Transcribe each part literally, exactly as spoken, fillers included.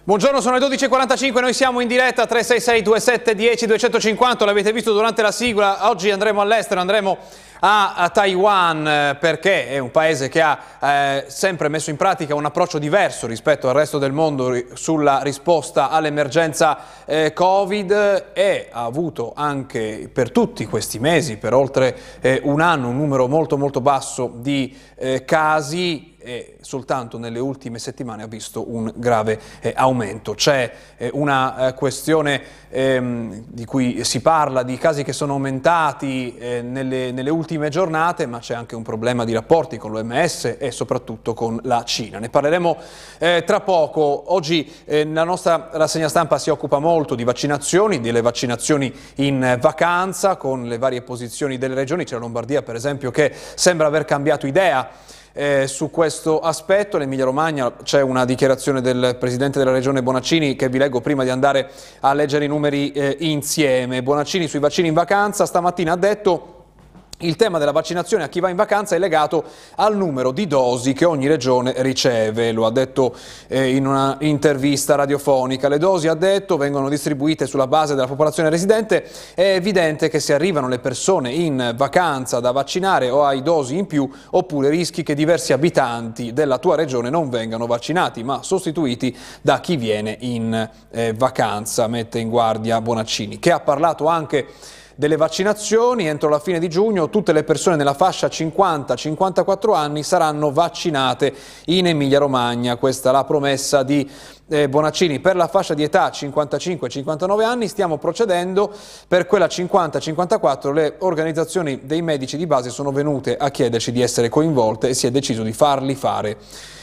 Buongiorno, sono le dodici e quarantacinque, noi siamo in diretta tre sei sei due sette uno zero due cinquanta, l'avete visto durante la sigla. Oggi andremo all'estero, andremo a, a Taiwan eh, perché è un paese che ha eh, sempre messo in pratica un approccio diverso rispetto al resto del mondo ri sulla risposta all'emergenza eh, Covid e ha avuto anche per tutti questi mesi, per oltre eh, un anno, un numero molto molto basso di eh, casi. E soltanto nelle ultime settimane ha visto un grave eh, aumento. C'è eh, una eh, questione ehm, di cui si parla di casi che sono aumentati eh, nelle, nelle ultime giornate, ma c'è anche un problema di rapporti con l'O M S e soprattutto con la Cina. Ne parleremo eh, tra poco. Oggi eh, la nostra rassegna stampa si occupa molto di vaccinazioni, delle vaccinazioni in vacanza, con le varie posizioni delle regioni. C'è la Lombardia, per esempio, che sembra aver cambiato idea Eh, su questo aspetto. L'Emilia Romagna, c'è una dichiarazione del Presidente della Regione Bonaccini che vi leggo prima di andare a leggere i numeri eh, insieme. Bonaccini sui vaccini in vacanza stamattina ha detto: il tema della vaccinazione a chi va in vacanza è legato al numero di dosi che ogni regione riceve. Lo ha detto eh, in una intervista radiofonica. Le dosi, ha detto, vengono distribuite sulla base della popolazione residente. È evidente che se arrivano le persone in vacanza da vaccinare o hai dosi in più, oppure rischi che diversi abitanti della tua regione non vengano vaccinati, ma sostituiti da chi viene in eh, vacanza, mette in guardia Bonaccini, che ha parlato anche delle vaccinazioni. Entro la fine di giugno tutte le persone nella fascia cinquanta cinquantaquattro anni saranno vaccinate in Emilia Romagna. Questa è la promessa di eh, Bonaccini. Per la fascia di età cinquantacinque cinquantanove anni stiamo procedendo. Per quella cinquanta cinquantaquattro le organizzazioni dei medici di base sono venute a chiederci di essere coinvolte e si è deciso di farli fare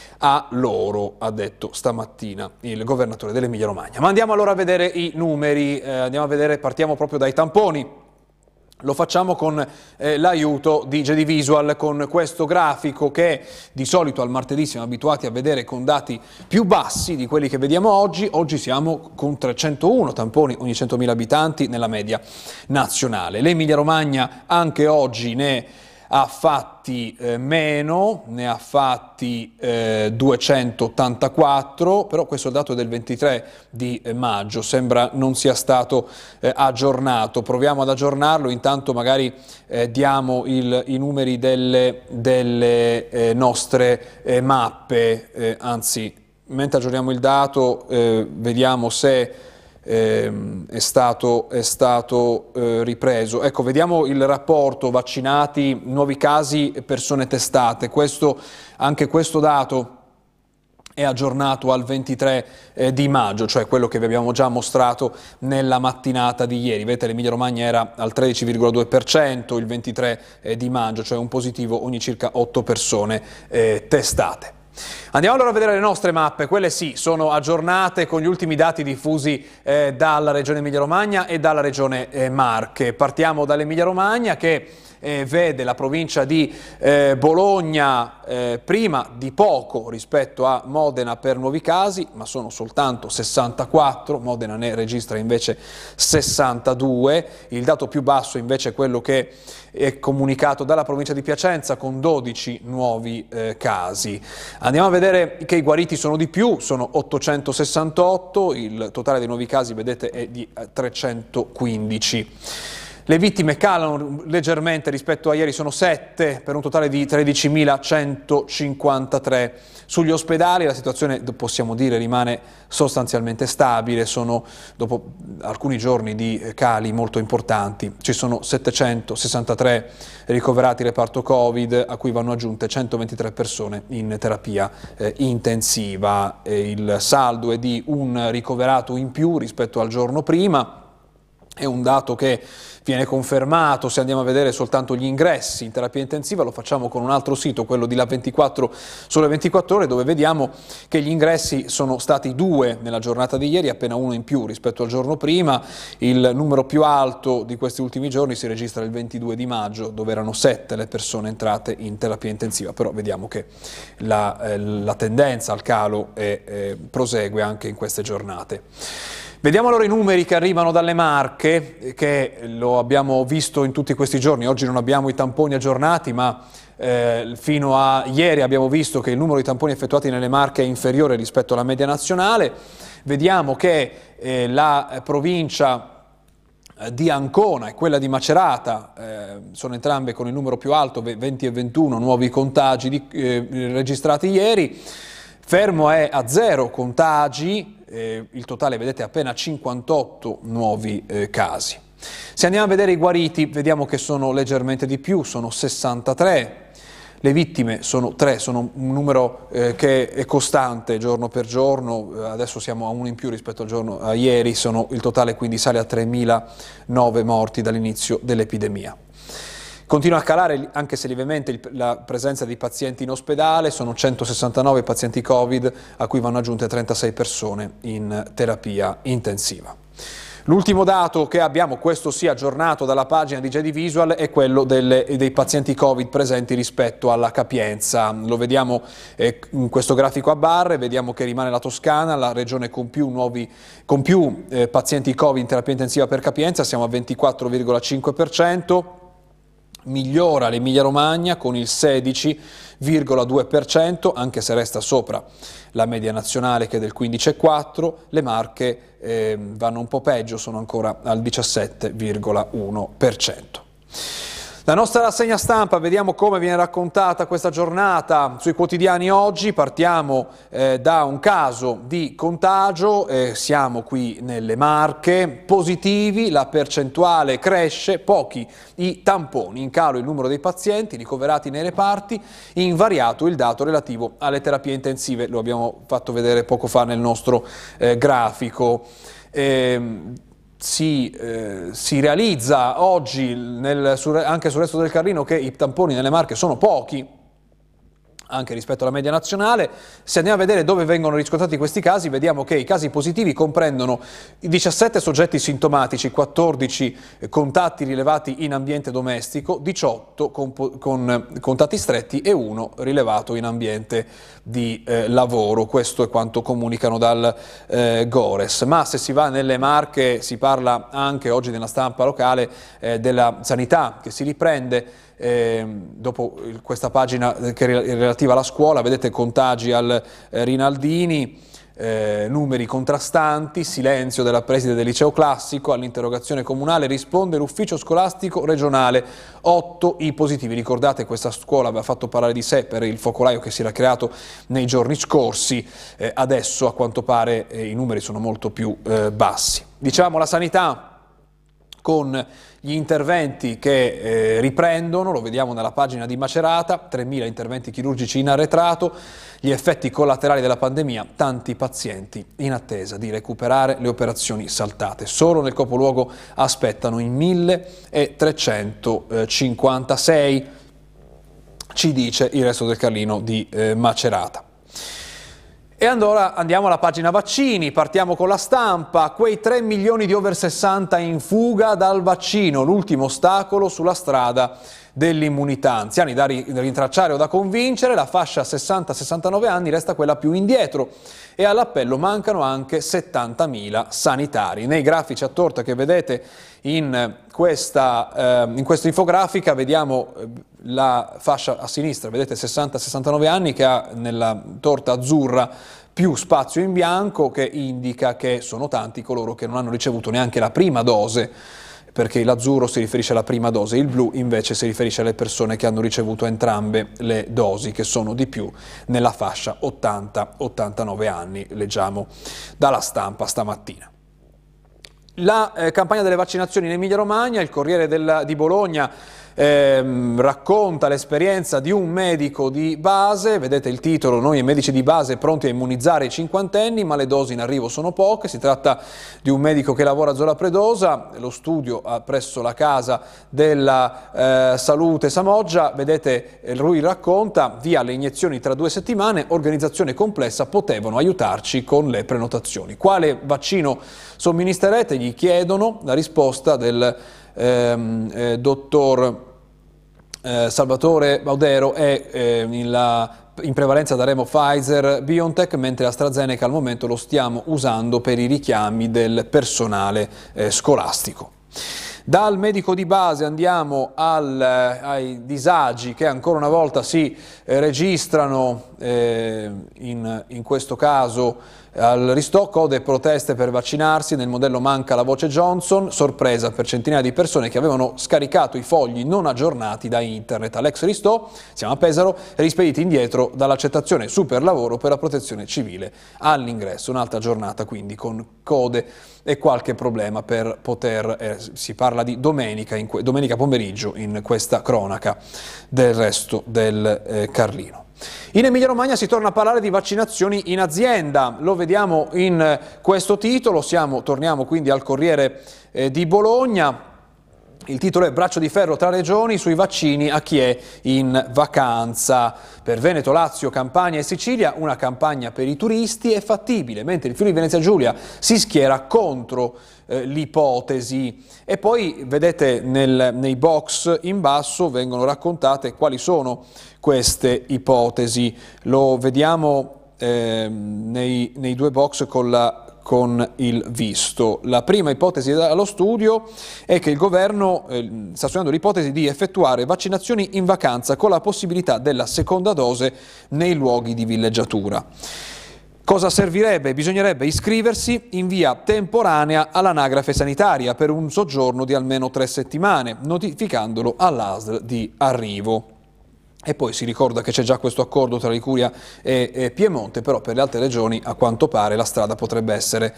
a loro, ha detto stamattina il governatore dell'Emilia Romagna. Ma andiamo allora a vedere i numeri, eh, andiamo a vedere, partiamo proprio dai tamponi. Lo facciamo con eh, l'aiuto di G D Visual, con questo grafico che di solito al martedì siamo abituati a vedere con dati più bassi di quelli che vediamo oggi. Oggi siamo con trecentouno tamponi ogni centomila abitanti nella media nazionale. L'Emilia Romagna anche oggi ne ha fatti eh, meno, ne ha fatti eh, duecentottantaquattro, però questo dato è del ventitré di maggio, sembra non sia stato eh, aggiornato. Proviamo ad aggiornarlo, intanto magari eh, diamo il, i numeri delle, delle eh, nostre eh, mappe, eh, anzi, mentre aggiorniamo il dato eh, vediamo se Eh, è stato, è stato eh, ripreso. Ecco, vediamo il rapporto vaccinati, nuovi casi, persone testate. Questo, anche questo dato è aggiornato al ventitré eh, di maggio, cioè quello che vi abbiamo già mostrato nella mattinata di ieri. Vedete, l'Emilia Romagna era al tredici virgola due per cento il ventitré eh, di maggio, cioè un positivo ogni circa otto persone eh, testate. Andiamo allora a vedere le nostre mappe. Quelle sì, sono aggiornate con gli ultimi dati diffusi eh, dalla Regione Emilia Romagna e dalla Regione eh, Marche. Partiamo dall'Emilia Romagna che eh, vede la provincia di eh, Bologna eh, prima di poco rispetto a Modena per nuovi casi, ma sono soltanto sessantaquattro, Modena ne registra invece sessantadue. Il dato più basso invece è quello che è comunicato dalla provincia di Piacenza con dodici nuovi eh, casi. Andiamo a vedere che i guariti sono di più, sono ottocentosessantotto, il totale dei nuovi casi vedete è di trecentoquindici. Le vittime calano leggermente rispetto a ieri, sono sette per un totale di tredicimilacentocinquantatré. Sugli ospedali la situazione, possiamo dire, rimane sostanzialmente stabile, sono dopo alcuni giorni di cali molto importanti. Ci sono settecentosessantatré ricoverati in reparto Covid, a cui vanno aggiunte centoventitré persone in terapia eh, intensiva. E il saldo è di un ricoverato in più rispetto al giorno prima. È un dato che viene confermato se andiamo a vedere soltanto gli ingressi in terapia intensiva. Lo facciamo con un altro sito, quello di La ventiquattro Sole ventiquattro Ore, dove vediamo che gli ingressi sono stati due nella giornata di ieri, appena uno in più rispetto al giorno prima. Il numero più alto di questi ultimi giorni si registra il ventidue di maggio, dove erano sette le persone entrate in terapia intensiva, però vediamo che la, eh, la tendenza al calo è, eh, prosegue anche in queste giornate. Vediamo allora i numeri che arrivano dalle Marche, che lo abbiamo visto in tutti questi giorni. Oggi non abbiamo i tamponi aggiornati, ma Eh, fino a ieri abbiamo visto che il numero di tamponi effettuati nelle Marche è inferiore rispetto alla media nazionale. Vediamo che eh, la provincia di Ancona e quella di Macerata eh, sono entrambe con il numero più alto, venti e ventuno nuovi contagi di, eh, registrati ieri. Fermo è a zero contagi, eh, il totale vedete appena cinquantotto nuovi eh, casi. Se andiamo a vedere i guariti, vediamo che sono leggermente di più, sono sessantatré. Le vittime sono tre, sono un numero eh, che è costante giorno per giorno, adesso siamo a uno in più rispetto al giorno a ieri, sono, il totale quindi sale a tremilanove morti dall'inizio dell'epidemia. Continua a calare, anche se lievemente, il, la presenza di pazienti in ospedale, sono centosessantanove pazienti Covid a cui vanno aggiunte trentasei persone in terapia intensiva. L'ultimo dato che abbiamo, questo sì aggiornato dalla pagina di J D Visual, è quello delle, dei pazienti Covid presenti rispetto alla capienza. Lo vediamo eh, in questo grafico a barre, vediamo che rimane la Toscana, la regione con più, nuovi, con più eh, pazienti Covid in terapia intensiva per capienza, siamo a ventiquattro virgola cinque per cento. Migliora l'Emilia Romagna con il sedici virgola due per cento, anche se resta sopra la media nazionale che è del quindici virgola quattro per cento, le Marche eh, vanno un po' peggio, sono ancora al diciassette virgola uno per cento. La nostra rassegna stampa, vediamo come viene raccontata questa giornata sui quotidiani oggi. Partiamo eh, da un caso di contagio, eh, siamo qui nelle Marche, positivi, la percentuale cresce, pochi i tamponi, in calo il numero dei pazienti ricoverati nei reparti, invariato il dato relativo alle terapie intensive, lo abbiamo fatto vedere poco fa nel nostro eh, grafico. Eh, Si, eh, si realizza oggi nel, sul, anche sul resto del Carlino che i tamponi nelle Marche sono pochi, anche rispetto alla media nazionale. Se andiamo a vedere dove vengono riscontrati questi casi, vediamo che i casi positivi comprendono diciassette soggetti sintomatici, quattordici contatti rilevati in ambiente domestico, diciotto con, con contatti stretti e uno rilevato in ambiente di eh, lavoro. Questo è quanto comunicano dal eh, Gores. Ma se si va nelle Marche si parla anche oggi nella stampa locale eh, della sanità che si riprende. Eh, dopo questa pagina che è relativa alla scuola, vedete contagi al eh, Rinaldini, eh, numeri contrastanti, silenzio della preside del liceo classico, all'interrogazione comunale risponde l'ufficio scolastico regionale, otto i positivi. Ricordate, questa scuola aveva fatto parlare di sé per il focolaio che si era creato nei giorni scorsi, eh, adesso a quanto pare eh, i numeri sono molto più eh, bassi. Diciamo la sanità con gli interventi che eh, riprendono, lo vediamo nella pagina di Macerata, tremila interventi chirurgici in arretrato, gli effetti collaterali della pandemia, tanti pazienti in attesa di recuperare le operazioni saltate. Solo nel capoluogo aspettano in milletrecentocinquantasei, ci dice il Resto del Carlino di eh, Macerata. E allora andiamo alla pagina vaccini, partiamo con la stampa, quei tre milioni di over sessanta in fuga dal vaccino, l'ultimo ostacolo sulla strada dell'immunità. Anziani da rintracciare o da convincere, la fascia sessanta sessantanove anni resta quella più indietro e all'appello mancano anche settantamila sanitari. Nei grafici a torta che vedete in questa, eh, in questa infografica vediamo la fascia a sinistra, vedete sessanta sessantanove anni, che ha nella torta azzurra più spazio in bianco, che indica che sono tanti coloro che non hanno ricevuto neanche la prima dose, perché l'azzurro si riferisce alla prima dose, il blu invece si riferisce alle persone che hanno ricevuto entrambe le dosi, che sono di più nella fascia ottanta ottantanove anni, leggiamo dalla stampa stamattina. La eh, campagna delle vaccinazioni in Emilia Romagna, il Corriere del, di Bologna ehm, racconta l'esperienza di un medico di base, vedete il titolo, noi medici di base pronti a immunizzare i cinquantenni ma le dosi in arrivo sono poche, si tratta di un medico che lavora a Zola Predosa, lo studio presso la Casa della eh, Salute Samoggia, vedete lui racconta, via le iniezioni tra due settimane, organizzazione complessa, potevano aiutarci con le prenotazioni. Quale vaccino somministrerete? Gli chiedono, la risposta del ehm, eh, dottor eh, Salvatore Baudero è eh, in, la, in prevalenza daremo Pfizer BioNTech, mentre AstraZeneca al momento lo stiamo usando per i richiami del personale eh, scolastico. Dal medico di base andiamo al, eh, ai disagi che ancora una volta si eh, registrano, eh, in, in questo caso al Ristò, code e proteste per vaccinarsi, nel modello manca la voce Johnson, sorpresa per centinaia di persone che avevano scaricato i fogli non aggiornati da internet. All'ex Ristò, siamo a Pesaro, rispediti indietro dall'accettazione super lavoro per la protezione civile all'ingresso. Un'altra giornata quindi con code e qualche problema per poter, eh, si parla di domenica, in domenica pomeriggio in questa cronaca del resto del eh, Carlino. In Emilia-Romagna si torna a parlare di vaccinazioni in azienda, lo vediamo in questo titolo, siamo, torniamo quindi al Corriere eh, di Bologna. Il titolo è braccio di ferro tra regioni sui vaccini a chi è in vacanza. Per Veneto, Lazio, Campania e Sicilia una campagna per i turisti è fattibile, mentre il Friuli Venezia Giulia si schiera contro eh, l'ipotesi. E poi vedete nel, nei box in basso vengono raccontate quali sono queste ipotesi. Lo vediamo eh, nei, nei due box con la con il visto. La prima ipotesi dallo studio è che il governo eh, sta studiando l'ipotesi di effettuare vaccinazioni in vacanza con la possibilità della seconda dose nei luoghi di villeggiatura. Cosa servirebbe? Bisognerebbe iscriversi in via temporanea all'anagrafe sanitaria per un soggiorno di almeno tre settimane, notificandolo all'A S L di arrivo. E poi si ricorda che c'è già questo accordo tra Liguria e, e Piemonte, però per le altre regioni a quanto pare la strada potrebbe essere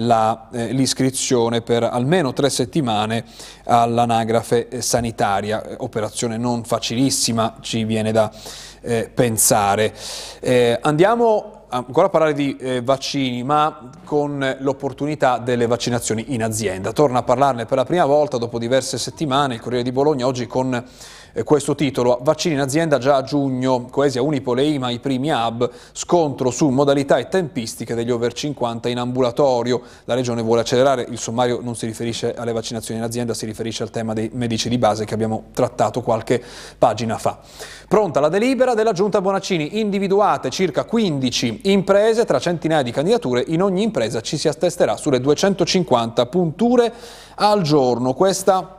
eh, l'iscrizione per almeno tre settimane all'anagrafe sanitaria, operazione non facilissima, ci viene da eh, pensare. Eh, andiamo ancora a parlare di eh, vaccini, ma con l'opportunità delle vaccinazioni in azienda. Torna a parlarne per la prima volta dopo diverse settimane il Corriere di Bologna, oggi con eh, questo titolo: vaccini in azienda già a giugno, Coesia, Unipol e I M A i primi hub, scontro su modalità e tempistiche degli over cinquanta in ambulatorio. La Regione vuole accelerare, il sommario non si riferisce alle vaccinazioni in azienda, si riferisce al tema dei medici di base che abbiamo trattato qualche pagina fa. Pronta la delibera della Giunta Bonaccini, individuate circa quindici imprese tra centinaia di candidature, in ogni impresa ci si attesterà sulle duecentocinquanta punture al giorno. Questa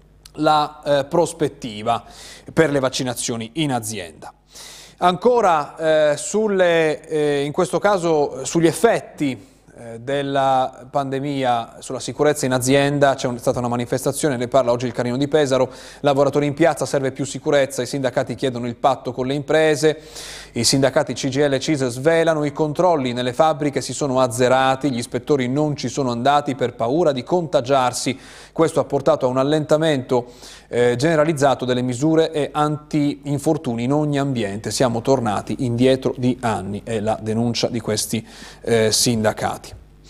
la eh, prospettiva per le vaccinazioni in azienda. Ancora eh, sulle, eh, in questo caso sugli effetti della pandemia sulla sicurezza in azienda, c'è stata una manifestazione, ne parla oggi il Carlino di Pesaro, lavoratori in piazza, serve più sicurezza, i sindacati chiedono il patto con le imprese, i sindacati C G I L e C I S svelano i controlli nelle fabbriche si sono azzerati, gli ispettori non ci sono andati per paura di contagiarsi, questo ha portato a un allentamento eh, generalizzato delle misure e anti-infortuni in ogni ambiente, siamo tornati indietro di anni, è la denuncia di questi eh, sindacati.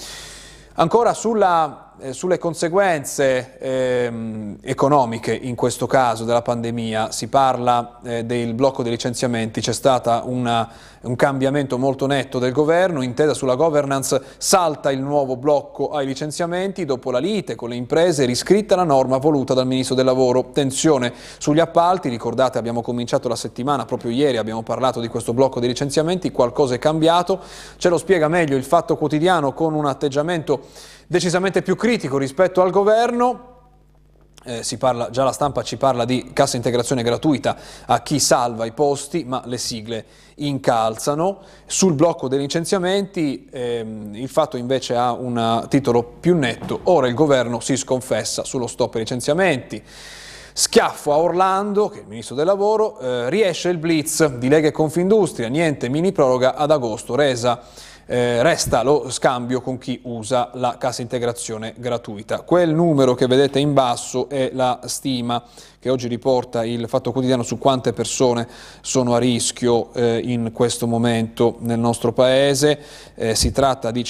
Ancora sulla, eh, sulle conseguenze ehm, economiche, in questo caso della pandemia, si parla eh, del blocco dei licenziamenti, c'è stato un cambiamento molto netto del governo, intesa sulla governance, salta il nuovo blocco ai licenziamenti, dopo la lite con le imprese, riscritta la norma voluta dal Ministro del Lavoro, tensione sugli appalti, ricordate abbiamo cominciato la settimana, proprio ieri abbiamo parlato di questo blocco dei licenziamenti, qualcosa è cambiato, ce lo spiega meglio il Fatto Quotidiano con un atteggiamento decisamente più critico rispetto al governo. Eh, si parla, già la stampa ci parla di cassa integrazione gratuita a chi salva i posti, ma le sigle incalzano. Sul blocco dei licenziamenti ehm, il Fatto invece ha un titolo più netto, ora il governo si sconfessa sullo stop ai licenziamenti. Schiaffo a Orlando, che è il ministro del lavoro, eh, riesce il blitz di Lega e Confindustria, niente mini proroga ad agosto, resa Eh, resta lo scambio con chi usa la cassa integrazione gratuita. Quel numero che vedete in basso è la stima che oggi riporta il Fatto Quotidiano su quante persone sono a rischio eh, in questo momento nel nostro paese. Eh, si tratta di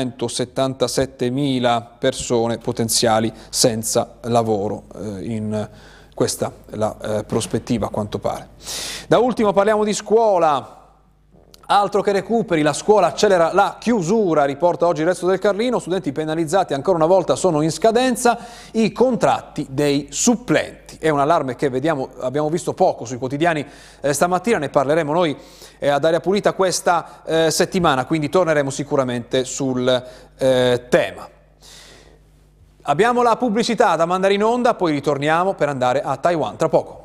cinquecentosettantasettemila persone potenziali senza lavoro eh, in questa è la eh, prospettiva a quanto pare. Da ultimo parliamo di scuola. Altro che recuperi, la scuola accelera la chiusura, riporta oggi il Resto del Carlino, studenti penalizzati ancora una volta sono in scadenza i contratti dei supplenti. È un allarme che vediamo, abbiamo visto poco sui quotidiani eh, stamattina, ne parleremo noi eh, ad Aria Pulita questa eh, settimana, quindi torneremo sicuramente sul eh, tema. Abbiamo la pubblicità da mandare in onda, poi ritorniamo per andare a Taiwan tra poco.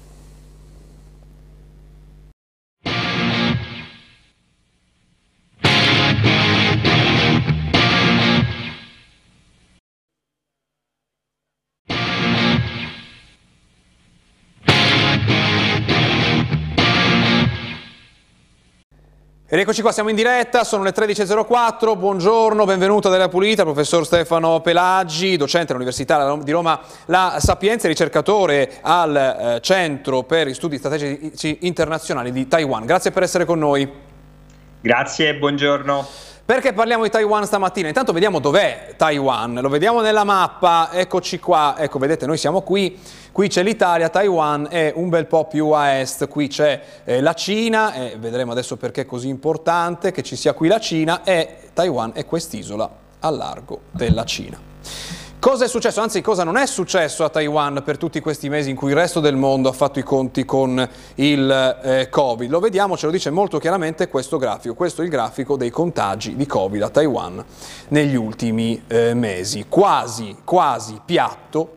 Ed eccoci qua, siamo in diretta, sono le tredici e zero quattro, buongiorno, benvenuto dalla Pulita, professor Stefano Pelaggi, docente all'Università di Roma La Sapienza e ricercatore al eh, Centro per gli Studi Strategici Internazionali di Taiwan. Grazie per essere con noi. Grazie, buongiorno. Perché parliamo di Taiwan stamattina? Intanto vediamo dov'è Taiwan, lo vediamo nella mappa, eccoci qua, ecco vedete noi siamo qui, qui c'è l'Italia, Taiwan è un bel po' più a est, qui c'è eh, la Cina e vedremo adesso perché è così importante che ci sia qui la Cina e Taiwan è quest'isola a largo della Cina. Cosa è successo? Anzi, cosa non è successo a Taiwan per tutti questi mesi in cui il resto del mondo ha fatto i conti con il eh, Covid? Lo vediamo, ce lo dice molto chiaramente questo grafico. Questo è il grafico dei contagi di Covid a Taiwan negli ultimi eh, mesi. Quasi, quasi piatto,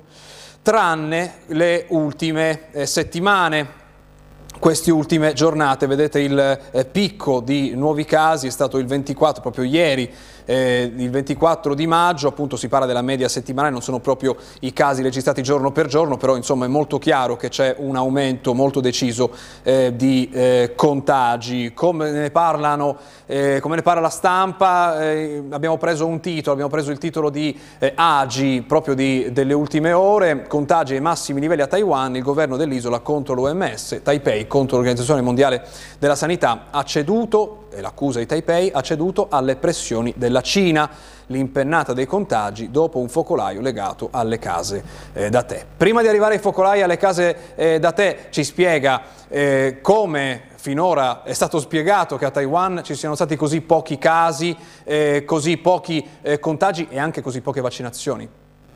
tranne le ultime eh, settimane. Queste ultime giornate, vedete il eh, picco di nuovi casi è stato il ventiquattro, proprio ieri, eh, il ventiquattro di maggio, appunto si parla della media settimanale, non sono proprio i casi registrati giorno per giorno, però insomma è molto chiaro che c'è un aumento molto deciso eh, di eh, contagi. Come ne parlano, eh, come ne parla la stampa, eh, abbiamo preso un titolo, abbiamo preso il titolo di eh, A G I, proprio di, delle ultime ore, contagi ai massimi livelli a Taiwan, il governo dell'isola contro l'O M S, Taipei contro l'Organizzazione Mondiale della Sanità ha ceduto, e l'accusa di Taipei, ha ceduto alle pressioni della Cina, l'impennata dei contagi dopo un focolaio legato alle case eh, da tè. Prima di arrivare ai focolai alle case eh, da tè ci spiega eh, come finora è stato spiegato che a Taiwan ci siano stati così pochi casi, eh, così pochi eh, contagi e anche così poche vaccinazioni.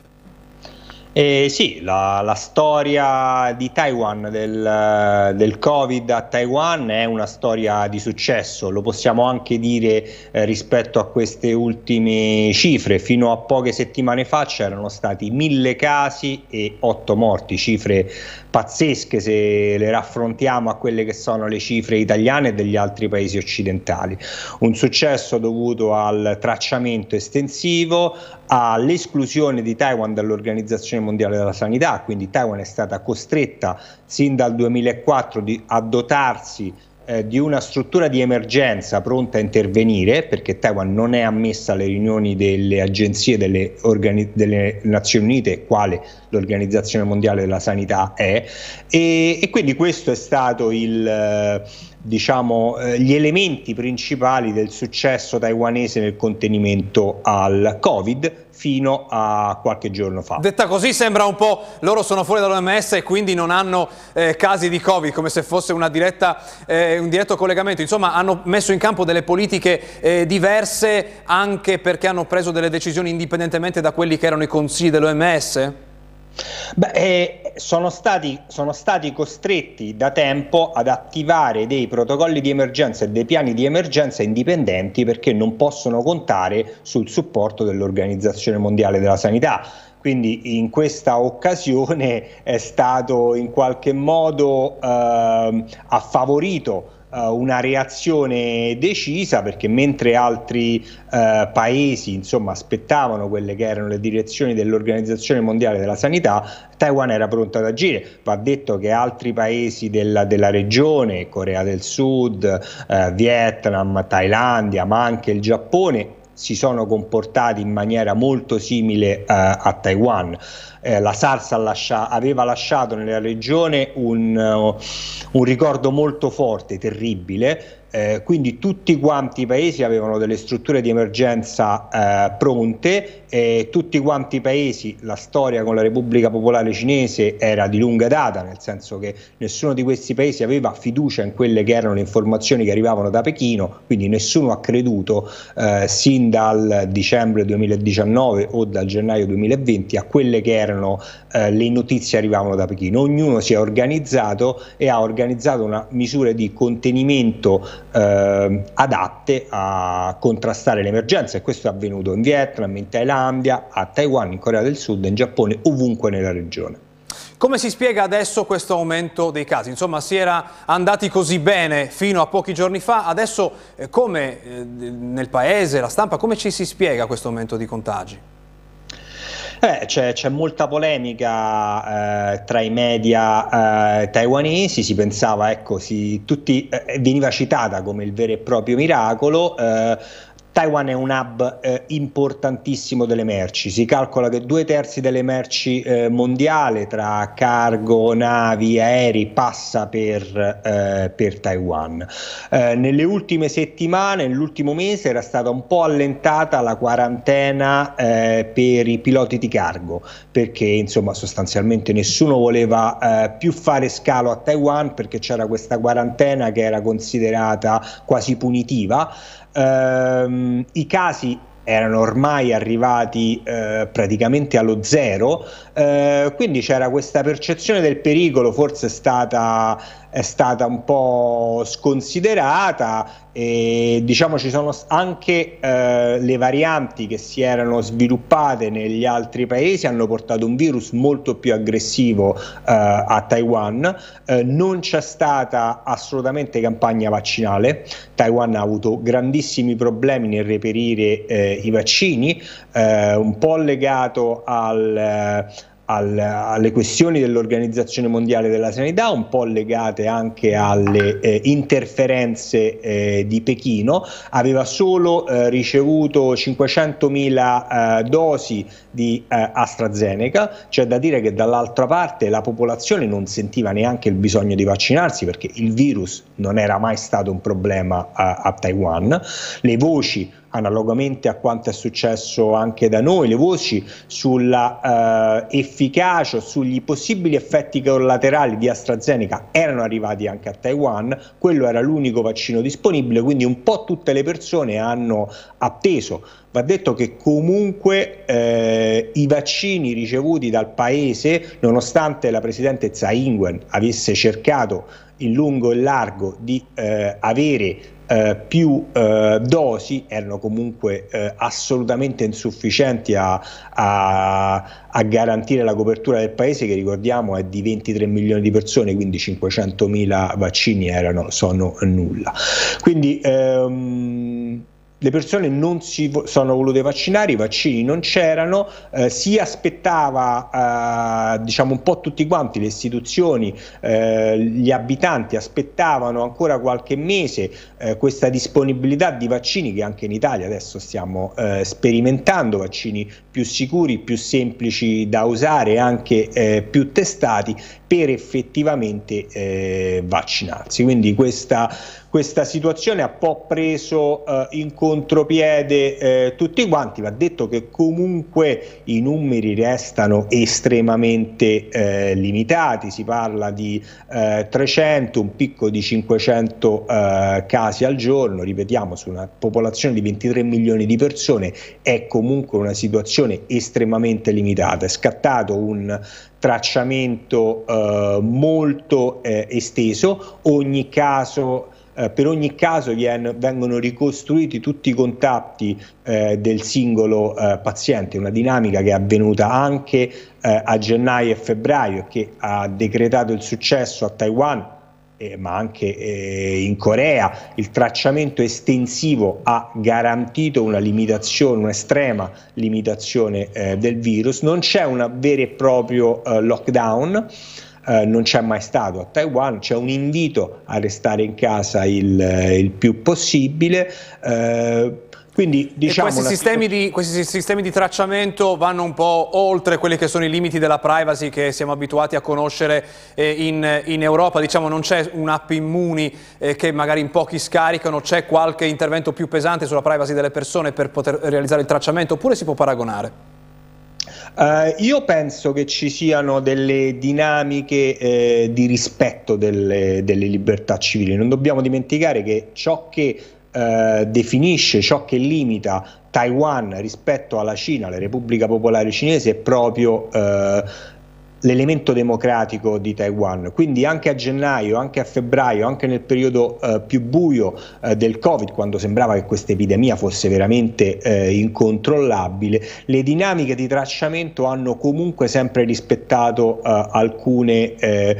Eh, sì, la, la storia di Taiwan, del, del Covid a Taiwan è una storia di successo, lo possiamo anche dire eh, rispetto a queste ultime cifre. Fino a poche settimane fa c'erano stati mille casi e otto morti, cifre pazzesche se le raffrontiamo a quelle che sono le cifre italiane e degli altri paesi occidentali. Un successo dovuto al tracciamento estensivo, all'esclusione di Taiwan dall'Organizzazione Mondiale della Sanità, quindi Taiwan è stata costretta sin dal duemilaquattro di, a dotarsi eh, di una struttura di emergenza pronta a intervenire, perché Taiwan non è ammessa alle riunioni delle agenzie delle, delle Nazioni Unite, quale l'Organizzazione Mondiale della Sanità è, e, e quindi questo è stato il... Eh, diciamo eh, gli elementi principali del successo taiwanese nel contenimento al Covid fino a qualche giorno fa. Detta così sembra un po' loro sono fuori dall'O M S e quindi non hanno eh, casi di Covid, come se fosse una diretta, eh, un diretto collegamento. Insomma, hanno messo in campo delle politiche eh, diverse anche perché hanno preso delle decisioni indipendentemente da quelli che erano i consigli dell'O M S? Beh, eh, sono stati, sono stati costretti da tempo ad attivare dei protocolli di emergenza e dei piani di emergenza indipendenti, perché non possono contare sul supporto dell'Organizzazione Mondiale della Sanità. Quindi in questa occasione è stato in qualche modo eh, affavorito una reazione decisa, perché mentre altri eh, paesi insomma aspettavano quelle che erano le direzioni dell'Organizzazione Mondiale della Sanità, Taiwan era pronto ad agire. Va detto che altri paesi della, della regione, Corea del Sud, eh, Vietnam, Thailandia, ma anche il Giappone, si sono comportati in maniera molto simile eh, a Taiwan. Eh, la SARS lascia, aveva lasciato nella regione un, uh, un ricordo molto forte, terribile, eh, quindi tutti quanti i paesi avevano delle strutture di emergenza eh, pronte, e tutti quanti i paesi, la storia con la Repubblica Popolare Cinese era di lunga data, nel senso che nessuno di questi paesi aveva fiducia in quelle che erano le informazioni che arrivavano da Pechino, quindi nessuno ha creduto eh, sin dal dicembre duemiladiciannove o dal gennaio duemilaventi a quelle che erano eh, le notizie che arrivavano da Pechino. Ognuno si è organizzato e ha organizzato una misura di contenimento eh, adatte a contrastare l'emergenza, e questo è avvenuto in Vietnam, in Thailandia, a Taiwan, in Corea del Sud, in Giappone, ovunque nella regione. Come si spiega adesso questo aumento dei casi? Insomma, si era andati così bene fino a pochi giorni fa, adesso eh, come eh, nel paese, la stampa, come ci si spiega questo aumento di contagi? Eh, c'è, c'è molta polemica eh, tra i media eh, taiwanesi, si pensava, ecco, si, tutti, eh, veniva citata come il vero e proprio miracolo. eh, Taiwan è un hub eh, importantissimo delle merci, si calcola che due terzi delle merci eh, mondiali tra cargo, navi, aerei passa per, eh, per Taiwan. Eh, nelle ultime settimane, nell'ultimo mese era stata un po' allentata la quarantena eh, per i piloti di cargo, perché insomma sostanzialmente nessuno voleva eh, più fare scalo a Taiwan, perché c'era questa quarantena che era considerata quasi punitiva. Uh, i casi erano ormai arrivati uh, praticamente allo zero, uh, quindi c'era questa percezione del pericolo, forse è stata, è stata un po' sconsiderata, e diciamo ci sono anche uh, le varianti che si erano sviluppate negli altri paesi, hanno portato un virus molto più aggressivo uh, a Taiwan. Uh, non c'è stata assolutamente campagna vaccinale. Taiwan ha avuto grandissimi problemi nel reperire eh, i vaccini, eh, un po' legato al, eh, al, alle questioni dell'Organizzazione Mondiale della Sanità, un po' legate anche alle eh, interferenze eh, di Pechino. Aveva solo eh, ricevuto cinquecentomila eh, dosi di eh, AstraZeneca. C'è da dire che dall'altra parte la popolazione non sentiva neanche il bisogno di vaccinarsi, perché il virus non era mai stato un problema a, a Taiwan. Le voci, analogamente a quanto è successo anche da noi, le voci sulla eh, efficacia o sugli possibili effetti collaterali di AstraZeneca erano arrivati anche a Taiwan. Quello era l'unico vaccino disponibile, quindi un po' tutte le persone hanno atteso. Va detto che comunque eh, i vaccini ricevuti dal paese, nonostante la presidente Tsai Ing-wen avesse cercato in lungo e largo di eh, avere eh, più eh, dosi, erano comunque eh, assolutamente insufficienti a, a, a garantire la copertura del paese, che ricordiamo è di ventitré milioni di persone, quindi cinquecentomila vaccini erano, sono nulla. Quindi ehm, le persone non si sono volute vaccinare, i vaccini non c'erano, eh, si aspettava, eh, diciamo un po' tutti quanti, le istituzioni, eh, gli abitanti aspettavano ancora qualche mese eh, questa disponibilità di vaccini, che anche in Italia adesso stiamo eh, sperimentando, vaccini più sicuri, più semplici da usare e anche eh, più testati, per effettivamente eh, vaccinarsi. Quindi questa, questa situazione ha un po' preso eh, in contropiede eh, tutti quanti. Va detto che comunque i numeri restano estremamente eh, limitati, si parla di eh, trecento, un picco di cinquecento eh, casi al giorno, ripetiamo, su una popolazione di ventitré milioni di persone è comunque una situazione estremamente limitata. È scattato un tracciamento eh, molto eh, esteso, ogni caso, eh, per ogni caso viene, vengono ricostruiti tutti i contatti eh, del singolo eh, paziente, una dinamica che è avvenuta anche eh, a gennaio e febbraio, che ha decretato il successo a Taiwan, Eh, ma anche eh, in Corea. Il tracciamento estensivo ha garantito una limitazione, un'estrema limitazione eh, del virus. Non c'è un vero e proprio eh, lockdown, eh, non c'è mai stato a Taiwan, c'è un invito a restare in casa il, il più possibile. Eh, Quindi, diciamo, e questi, sistemi di, questi sistemi di tracciamento vanno un po' oltre quelli che sono i limiti della privacy che siamo abituati a conoscere eh, in, in Europa. Diciamo, non c'è un'app Immuni eh, che magari in pochi scaricano, c'è qualche intervento più pesante sulla privacy delle persone per poter realizzare il tracciamento, oppure si può paragonare? Uh, io penso che ci siano delle dinamiche eh, di rispetto delle, delle libertà civili. Non dobbiamo dimenticare che ciò che Uh, definisce, ciò che limita Taiwan rispetto alla Cina, la Repubblica Popolare Cinese, è proprio uh, l'elemento democratico di Taiwan. Quindi anche a gennaio, anche a febbraio, anche nel periodo eh, più buio eh, del Covid, quando sembrava che questa epidemia fosse veramente eh, incontrollabile, le dinamiche di tracciamento hanno comunque sempre rispettato eh, alcune eh,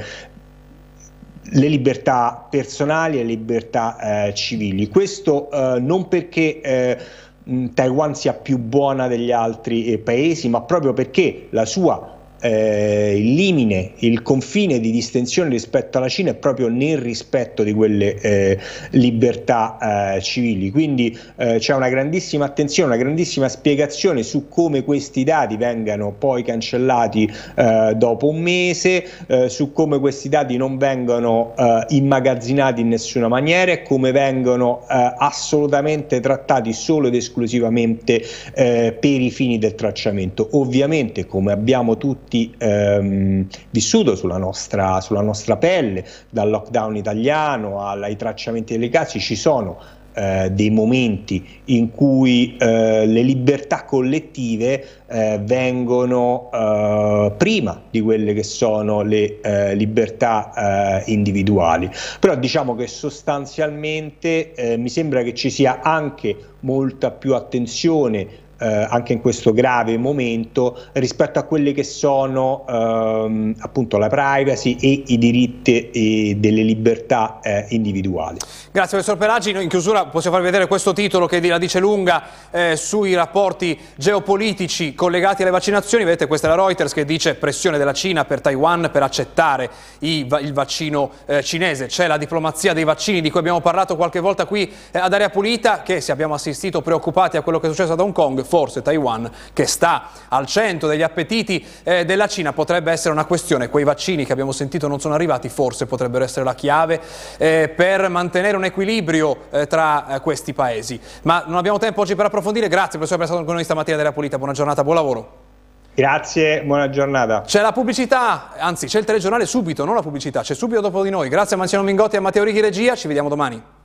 le libertà personali e le libertà eh, civili. Questo eh, non perché eh, Taiwan sia più buona degli altri eh, paesi, ma proprio perché la sua Eh, il limite, il confine di distensione rispetto alla Cina è proprio nel rispetto di quelle eh, libertà eh, civili. Quindi eh, c'è una grandissima attenzione, una grandissima spiegazione su come questi dati vengano poi cancellati eh, dopo un mese, eh, su come questi dati non vengano eh, immagazzinati in nessuna maniera e come vengono eh, assolutamente trattati solo ed esclusivamente eh, per i fini del tracciamento. Ovviamente, come abbiamo tutti Ehm, vissuto sulla nostra, sulla nostra pelle, dal lockdown italiano ai tracciamenti delle casi, ci sono eh, dei momenti in cui eh, le libertà collettive eh, vengono eh, prima di quelle che sono le eh, libertà eh, individuali. Però diciamo che sostanzialmente eh, mi sembra che ci sia anche molta più attenzione Eh, anche in questo grave momento rispetto a quelle che sono ehm, appunto la privacy e i diritti e delle libertà eh, individuali. Grazie professor Pelagi. Noi in chiusura possiamo farvi vedere questo titolo che la dice lunga eh, sui rapporti geopolitici collegati alle vaccinazioni. Vedete, questa è la Reuters che dice pressione della Cina per Taiwan per accettare i, il vaccino eh, cinese. C'è la diplomazia dei vaccini di cui abbiamo parlato qualche volta qui eh, ad Aria Pulita, che se abbiamo assistito preoccupati a quello che è successo ad Hong Kong, forse Taiwan, che sta al centro degli appetiti eh, della Cina, potrebbe essere una questione. Quei vaccini che abbiamo sentito non sono arrivati, forse potrebbero essere la chiave eh, per mantenere un equilibrio eh, tra eh, questi paesi. Ma non abbiamo tempo oggi per approfondire. Grazie professore per essere stato con noi stamattina della Pulita. Buona giornata, buon lavoro. Grazie, buona giornata. C'è la pubblicità, anzi c'è il telegiornale subito, non la pubblicità, c'è subito dopo di noi. Grazie a Manziano Mingotti e a Matteo Righi regia, ci vediamo domani.